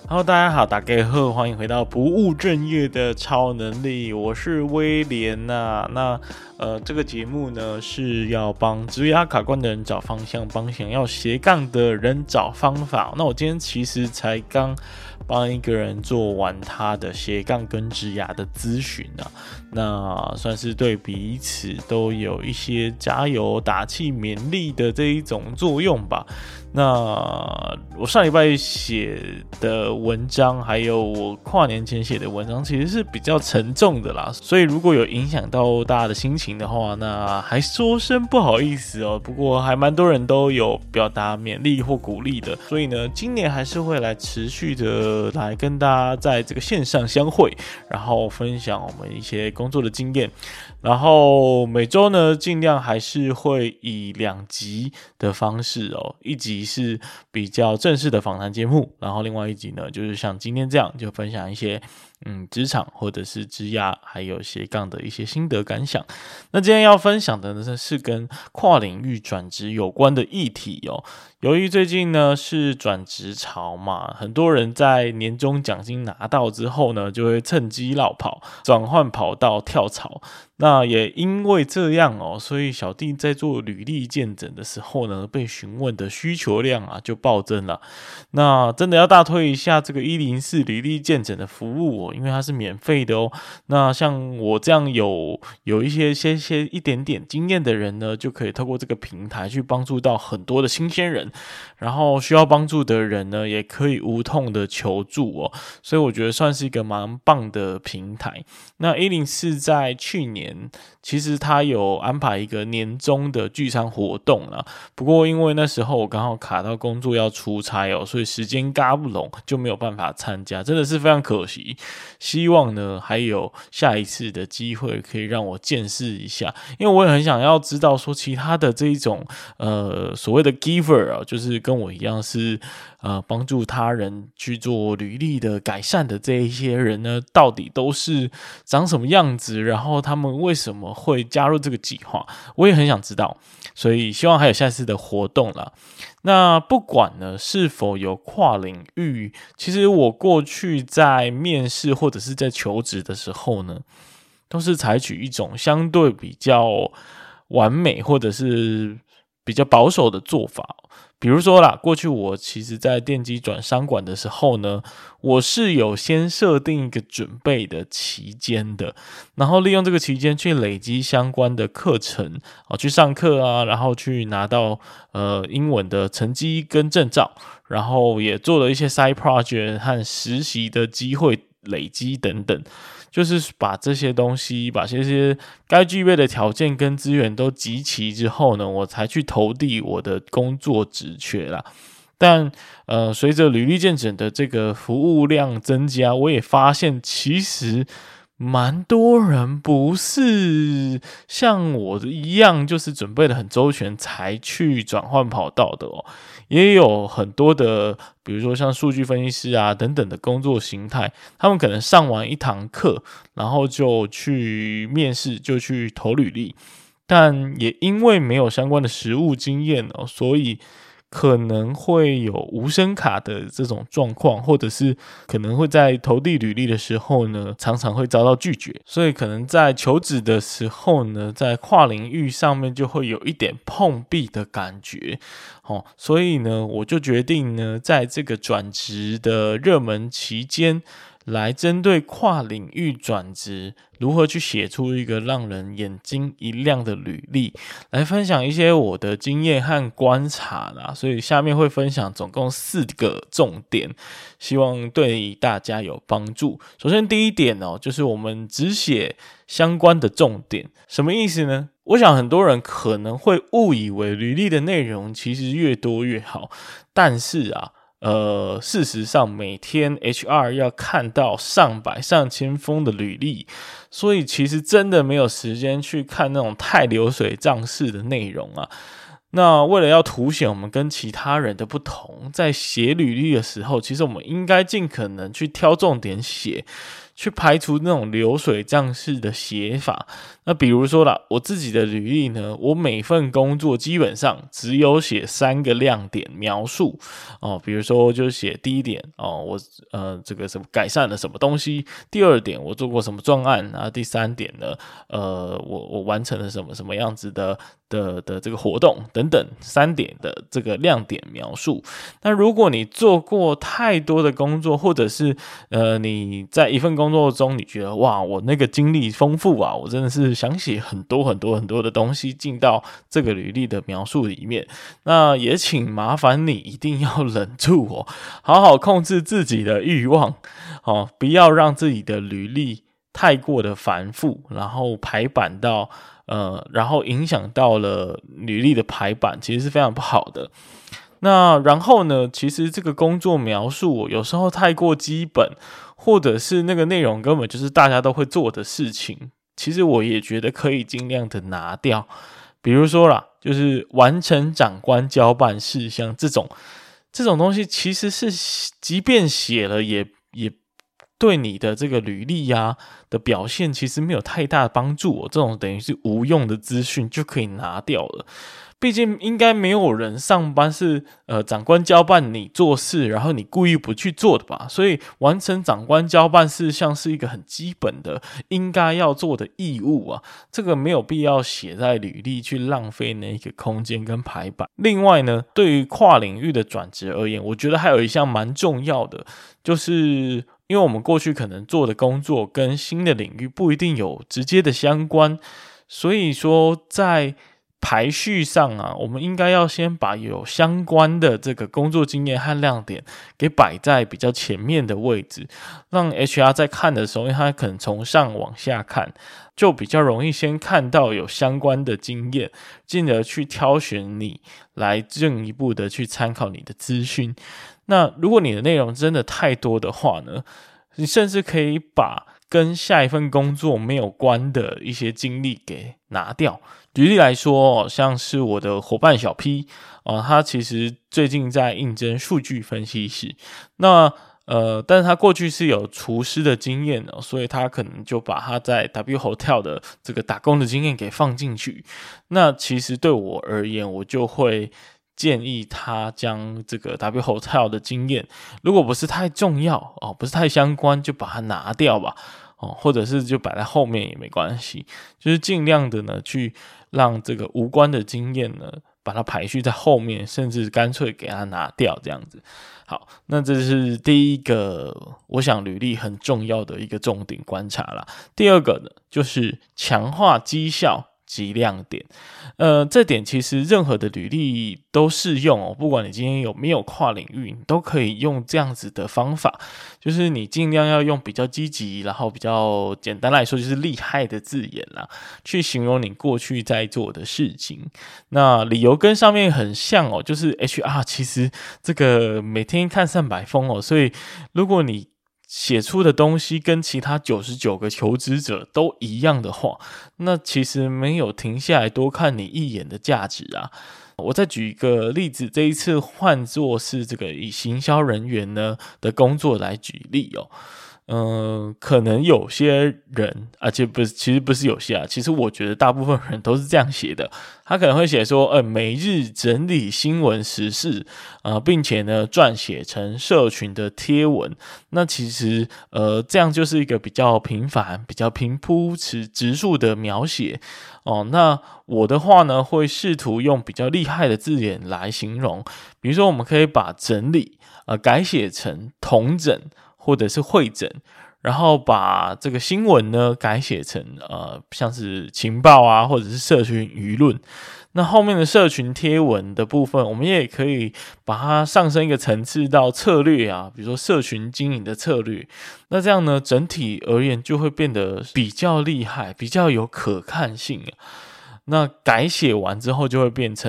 Hello， 大家好，大家好，欢迎回到不务正业的超能力，我是威廉呐。这个节目呢是要帮职涯卡关的人找方向，帮想要斜杠的人找方法。那我今天其实才刚帮一个人做完他的斜杠跟职涯的咨询啊，那算是对彼此都有一些加油打气勉励的这一种作用吧。那我上礼拜写的文章，还有我跨年前写的文章，其实是比较沉重的啦，所以如果有影响到大家的心情的话，那还说声不好意思哦。不过还蛮多人都有表达勉励或鼓励的，所以呢，今年还是会来持续的来跟大家在这个线上相会，然后分享我们一些工作的经验。然后每周呢，尽量还是会以2集的方式哦，一集是比较正式的访谈节目，然后另外一集呢，就是像今天这样，就分享一些职场或者是职涯还有斜杠的一些心得感想。那今天要分享的呢，是跟跨领域转职有关的议题哦。由于最近呢是转职潮嘛，很多人在年终奖金拿到之后呢，就会趁机落跑，转换跑道跳槽。那也因为这样哦，所以小弟在做履历健诊的时候呢，被询问的需求量啊就暴增了。那真的要大推一下这个104履历健诊的服务哦，因为它是免费的哦。那像我这样有一些一点点经验的人呢，就可以透过这个平台去帮助到很多的新鲜人，然后需要帮助的人呢，也可以无痛的求助哦。所以我觉得算是一个蛮棒的平台。那104在去年其实他有安排一个年终的聚餐活动啦，不过因为那时候我刚好卡到工作要出差哦，所以时间嘎不拢，就没有办法参加，真的是非常可惜。希望呢还有下一次的机会可以让我见识一下，因为我也很想要知道说其他的这一种所谓的 giver 啊，就是跟我一样是帮助他人去做履历的改善的这一些人呢，到底都是长什么样子，然后他们为什么会加入这个计划，我也很想知道，所以希望还有下次的活动啦。那不管呢是否有跨领域，其实我过去在面试或者是在求职的时候呢，都是采取一种相对比较完美或者是比较保守的做法。比如说啦，过去我其实在电机转商管的时候呢，我是有先设定一个准备的期间的，然后利用这个期间去累积相关的课程，去上课啊，然后去拿到英文的成绩跟证照，然后也做了一些 side project 和实习的机会累积等等。就是把这些东西，把这些该具备的条件跟资源都集齐之后呢，我才去投递我的工作职缺啦。但随着履历健诊的这个服务量增加，我也发现其实蛮多人不是像我一样，就是准备的很周全才去转换跑道的哦。也有很多的，比如说像数据分析师啊等等的工作形态，他们可能上完一堂课，然后就去面试，就去投履历，但也因为没有相关的实务经验哦，所以可能会有无声卡的这种状况，或者是可能会在投递履历的时候呢，常常会遭到拒绝，所以可能在求职的时候呢，在跨领域上面就会有一点碰壁的感觉。所以呢，我就决定呢，在这个转职的热门期间，来针对跨领域转职如何去写出一个让人眼睛一亮的履历，来分享一些我的经验和观察啦。所以下面会分享总共4个重点，希望对大家有帮助。首先第一点就是我们只写相关的重点，什么意思呢？我想很多人可能会误以为履历的内容其实越多越好，但是事实上每天 HR 要看到上百上千封的履历，所以其实真的没有时间去看那种太流水账式的内容啊。那为了要凸显我们跟其他人的不同，在写履历的时候，其实我们应该尽可能去挑重点写， 去排除那种流水账式的写法。那比如说啦，我自己的履历呢，我每份工作基本上只有写3个亮点描述哦，比如说就写第一点哦，我这个什么改善了什么东西，第二点我做过什么专案啊，第三点呢，我完成了什么什么样子的这个活动等等3点的这个亮点描述。那如果你做过太多的工作，或者是你在一份工作中你觉得哇我那个经历丰富啊，我真的是想写很多很多很多的东西进到这个履历的描述里面，那也请麻烦你一定要忍住哦，好好控制自己的欲望哦，不要让自己的履历太过的繁复，然后排版到然后影响到了履历的排版，其实是非常不好的。那然后呢，其实这个工作描述有时候太过基本，或者是那个内容根本就是大家都会做的事情，其实我也觉得可以尽量的拿掉。比如说啦，就是完成长官交办事项这种东西，其实是即便写了也对你的这个履历的表现其实没有太大的帮助这种等于是无用的资讯就可以拿掉了。毕竟应该没有人上班是长官交办你做事，然后你故意不去做的吧？所以完成长官交办事项是一个很基本的应该要做的义务啊，这个没有必要写在履历去浪费那个空间跟排版。另外呢，对于跨领域的转职而言，我觉得还有一项蛮重要的，就是因为我们过去可能做的工作跟新的领域不一定有直接的相关，所以说在排序上我们应该要先把有相关的这个工作经验和亮点给摆在比较前面的位置，让 HR 在看的时候，因为他可能从上往下看，就比较容易先看到有相关的经验，进而去挑选你来进一步的去参考你的资讯。那如果你的内容真的太多的话呢，你甚至可以把跟下一份工作没有关的一些经历给拿掉。举例来说，像是我的伙伴小 P，他其实最近在应征数据分析师，那但是他过去是有厨师的经验所以他可能就把他在 W Hotel 的这个打工的经验给放进去。那其实对我而言，我就会建议他将这个 W Hotel 的经验，如果不是太重要不是太相关，就把它拿掉吧或者是就摆在后面也没关系，就是尽量的呢去让这个无关的经验呢把它排序在后面，甚至干脆给它拿掉这样子。好，那这是第一个我想履历很重要的一个重点观察啦。第二个呢，就是强化绩效及亮点。这点其实任何的履历都适用不管你今天有没有跨领域，你都可以用这样子的方法，就是你尽量要用比较积极，然后比较简单来说就是厉害的字眼啦，去形容你过去在做的事情。那理由跟上面很像就是 HR 其实这个每天看300封所以如果你写出的东西跟其他99个求职者都一样的话，那其实没有停下来多看你一眼的价值啊。我再举一个例子，这一次换作是这个以行销人员呢的工作来举例可能有些人其实不是有些其实我觉得大部分人都是这样写的。他可能会写说每日整理新闻时事并且呢撰写成社群的贴文。那其实这样就是一个比较平凡比较平铺直述的描写那我的话呢会试图用比较厉害的字眼来形容，比如说我们可以把整理改写成统整或者是汇整，然后把这个新闻呢改写成像是情报或者是社群舆论。那后面的社群贴文的部分，我们也可以把它上升一个层次到策略比如说社群经营的策略。那这样呢整体而言就会变得比较厉害，比较有可看性那改写完之后就会变成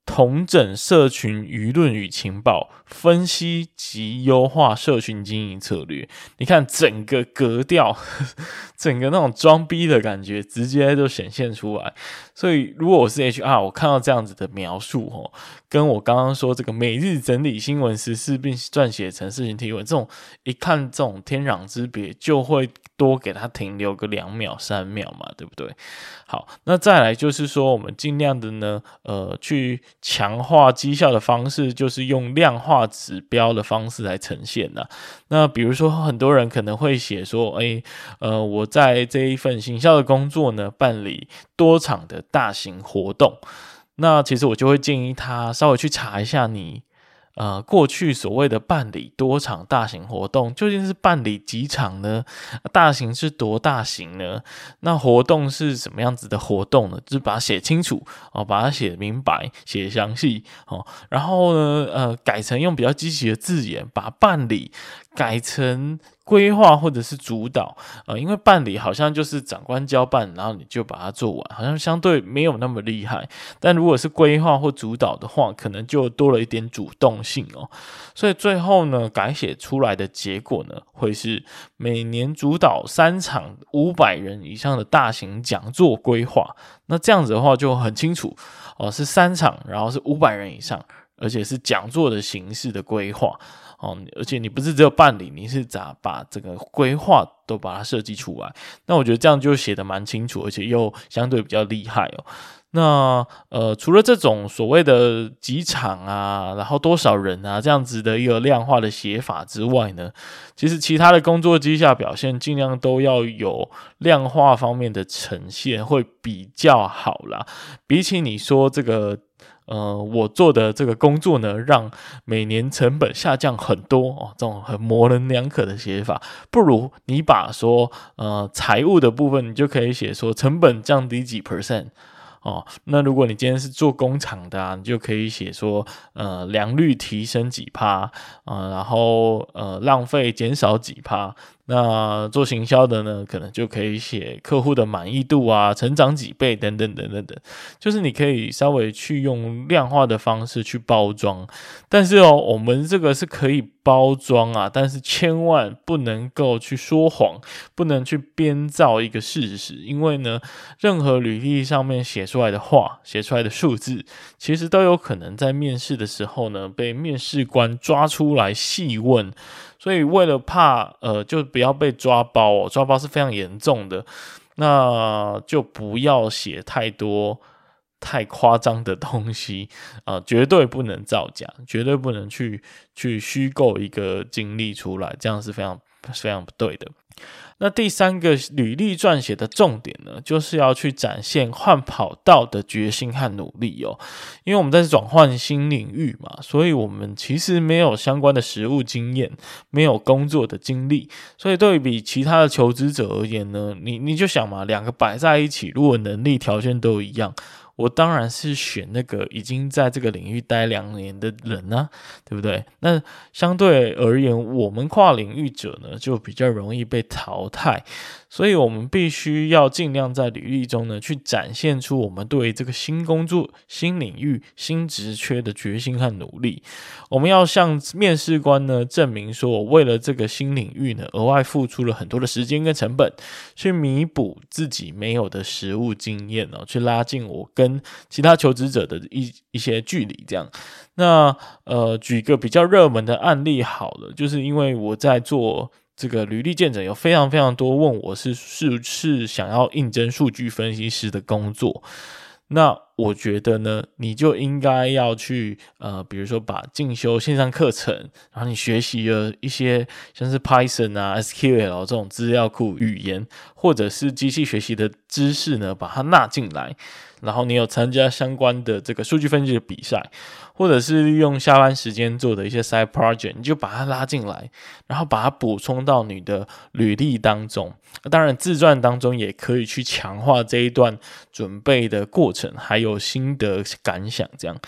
统整社群舆论与情报，分析及优化社群经营策略。你看整个格调，整个那种装逼的感觉，直接就显现出来。所以，如果我是 HR， 我看到这样子的描述，跟我刚刚说这个每日整理新闻时事并撰写成事情提文，这种一看这种天壤之别，就会多给它停留个2秒3秒嘛，对不对？好，那再来就是说，我们尽量的呢，去强化绩效的方式，就是用量化指标的方式来呈现呐。那比如说，很多人可能会写说，我在这一份行销的工作呢，办理多场的大型活动。那其实我就会建议他稍微去查一下你过去所谓的办理多场大型活动，究竟是办理几场呢？大型是多大型呢？那活动是什么样子的活动呢？就是把它写清楚把它写明白、写详细然后呢，改成用比较积极的字眼，把办理改成规划或者是主导因为办理好像就是长官交办，然后你就把它做完，好像相对没有那么厉害。但如果是规划或主导的话，可能就多了一点主动性所以最后呢，改写出来的结果呢，会是每年主导3场500人以上的大型讲座规划。那这样子的话就很清楚是3场，然后是500人以上，而且是讲座的形式的规划而且你不是只有办理，你是把这个规划都把它设计出来。那我觉得这样就写得蛮清楚，而且又相对比较厉害那除了这种所谓的几场然后多少人这样子的一个量化的写法之外呢，其实其他的工作绩效表现尽量都要有量化方面的呈现，会比较好啦。比起你说这个我做的这个工作呢，让每年成本下降很多这种很模棱两可的写法，不如你把说财务的部分，你就可以写说成本降低几%。那如果你今天是做工厂的你就可以写说良率提升几%然后浪费减少几%。那做行销的呢，可能就可以写客户的满意度成长几倍等等等等等，就是你可以稍微去用量化的方式去包装。但是我们这个是可以包装但是千万不能够去说谎，不能去编造一个事实，因为呢，任何履历上面写出来的话，写出来的数字，其实都有可能在面试的时候呢，被面试官抓出来细问。所以为了怕就不要被抓包抓包是非常严重的，那就不要写太多太夸张的东西绝对不能造假，绝对不能去虚构一个经历出来，这样是非常非常不对的。那第3个履历撰写的重点呢，就是要去展现换跑道的决心和努力因为我们在转换新领域嘛，所以我们其实没有相关的实务经验，没有工作的经历，所以对比其他的求职者而言呢，你就想嘛，2个摆在一起，如果能力条件都一样，我当然是选那个已经在这个领域待2年的人对不对？那相对而言，我们跨领域者呢，就比较容易被淘汰，所以我们必须要尽量在履历中呢，去展现出我们对这个新工作、新领域、新职缺的决心和努力。我们要向面试官呢证明说，我为了这个新领域呢，额外付出了很多的时间跟成本，去弥补自己没有的实务经验去拉近我跟其他求职者的一些距离这样。那举一个比较热门的案例好了，就是因为我在做这个履历见证，有非常非常多问我是想要应征数据分析师的工作。那我觉得呢，你就应该要去比如说把进修线上课程，然后你学习了一些像是 Python SQL 这种资料库语言，或者是机器学习的知识呢，把它纳进来。然后你有参加相关的这个数据分析的比赛，或者是利用下班时间做的一些 side project， 你就把它拉进来，然后把它补充到你的履历当中。当然自传当中也可以去强化这一段准备的过程，还有心得感想这样。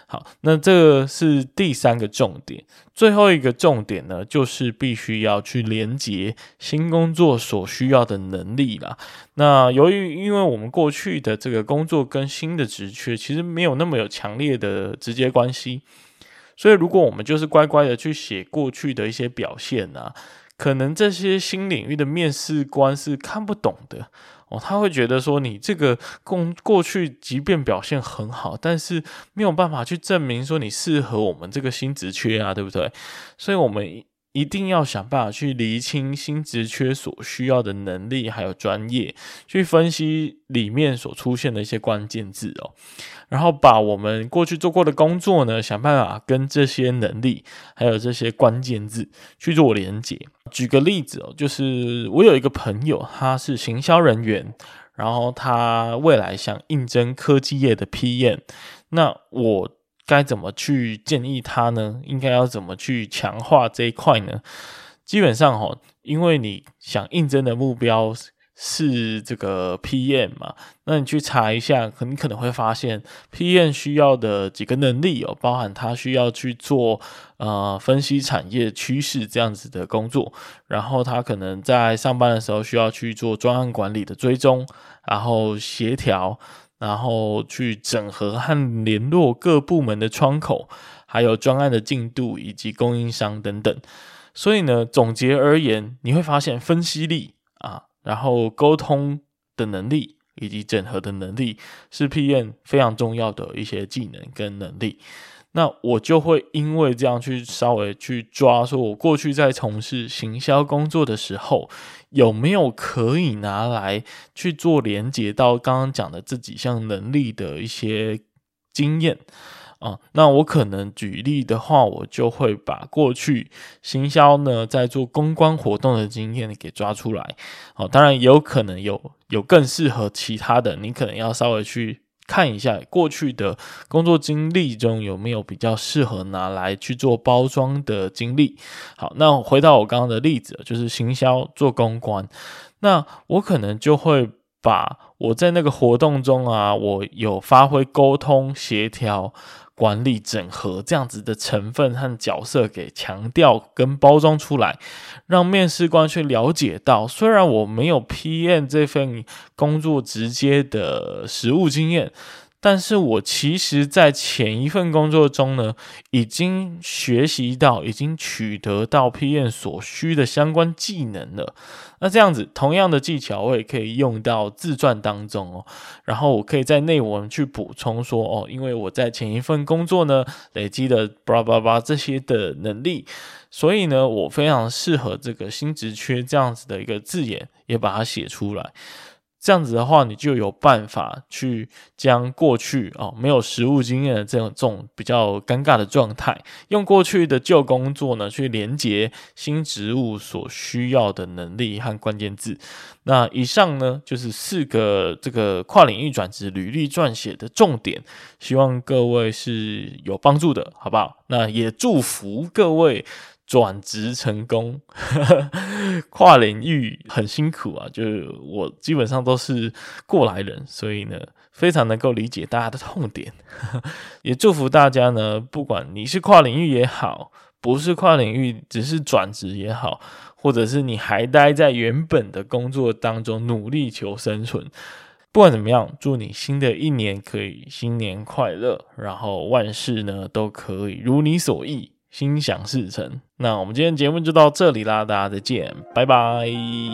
好，那这个是第3个重点。最后一个重点呢，就是必须要去连结新工作所需要的能力啦。那因为我们过去的这个工作跟新的职缺其实没有那么有强烈的直接关系，所以如果我们就是乖乖的去写过去的一些表现啊，可能这些新领域的面试官是看不懂的他会觉得说你这个过去即便表现很好，但是没有办法去证明说你适合我们这个新职缺啊，对不对？所以我们一定要想办法去厘清新职缺所需要的能力还有专业，去分析里面所出现的一些关键字然后把我们过去做过的工作呢，想办法跟这些能力还有这些关键字去做连结。举个例子就是我有一个朋友，他是行销人员，然后他未来想应征科技业的 PM， 那我该怎么去建议他呢？应该要怎么去强化这一块呢？基本上因为你想应征的目标是这个 PM 嘛，那你去查一下，你可能会发现 PM 需要的几个能力包含他需要去做分析产业趋势这样子的工作，然后他可能在上班的时候需要去做专案管理的追踪，然后协调，然后去整合和联络各部门的窗口，还有专案的进度以及供应商等等。所以呢，总结而言，你会发现分析力然后沟通的能力以及整合的能力是 PM 非常重要的一些技能跟能力。那我就会因为这样去稍微去抓，说我过去在从事行销工作的时候，有没有可以拿来去做连结到刚刚讲的这几项能力的一些经验那我可能举例的话，我就会把过去行销呢在做公关活动的经验给抓出来当然也有可能有更适合其他的，你可能要稍微去看一下过去的工作经历中有没有比较适合拿来去做包装的经历。好，那回到我刚刚的例子，就是行销做公关，那我可能就会把我在那个活动中我有发挥沟通协调管理整合这样子的成分和角色给强调跟包装出来，让面试官去了解到，虽然我没有 PM 这份工作直接的实务经验，但是我其实在前一份工作中呢，已经学习到，已经取得到 PM 所需的相关技能了。那这样子同样的技巧我也可以用到自传当中然后我可以在内文去补充说因为我在前一份工作呢累积了 blah blah blah 这些的能力，所以呢我非常适合这个新职缺这样子的一个字眼也把它写出来。这样子的话，你就有办法去将过去没有实务经验的这种比较尴尬的状态，用过去的旧工作呢去连结新职务所需要的能力和关键字。那以上呢就是4个这个跨领域转职履历撰写的重点，希望各位是有帮助的，好不好？那也祝福各位转职成功跨领域很辛苦就是我基本上都是过来人，所以呢非常能够理解大家的痛点也祝福大家呢，不管你是跨领域也好，不是跨领域只是转职也好，或者是你还待在原本的工作当中努力求生存，不管怎么样，祝你新的一年可以新年快乐，然后万事呢都可以如你所意，心想事成。那我们今天节目就到这里啦，大家再见，拜拜。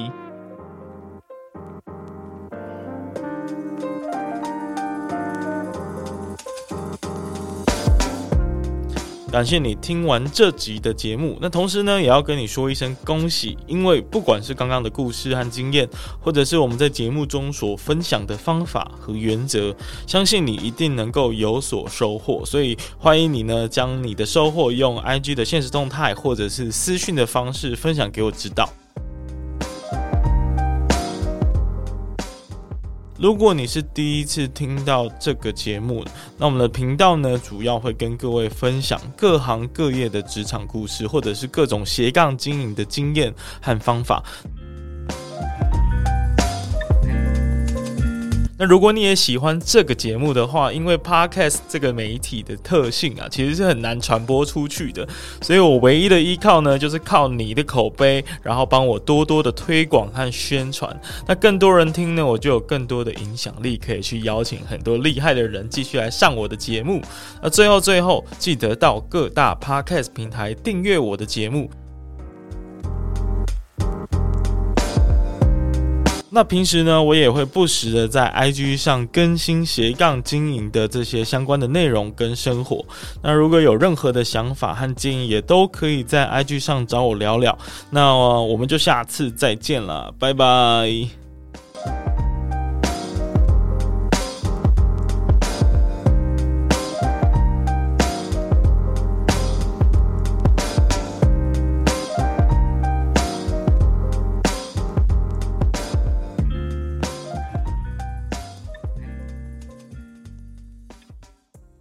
感谢你听完这集的节目，那同时呢也要跟你说一声恭喜，因为不管是刚刚的故事和经验，或者是我们在节目中所分享的方法和原则，相信你一定能够有所收获，所以欢迎你呢将你的收获用 IG 的限时动态或者是私讯的方式分享给我知道。如果你是第一次听到这个节目，那我们的频道呢，主要会跟各位分享各行各业的职场故事，或者是各种斜杠经营的经验和方法。 那如果你也喜欢这个节目的话，因为 Podcast 这个媒体的特性啊，其实是很难传播出去的，所以我唯一的依靠呢，就是靠你的口碑，然后帮我多多的推广和宣传。那更多人听呢，我就有更多的影响力，可以去邀请很多厉害的人继续来上我的节目。那最后，记得到各大 Podcast 平台订阅我的节目。那平时呢，我也会不时的在 IG 上更新斜杠经营的这些相关的内容跟生活。那如果有任何的想法和建议，也都可以在 IG 上找我聊聊。那我们就下次再见了，拜拜。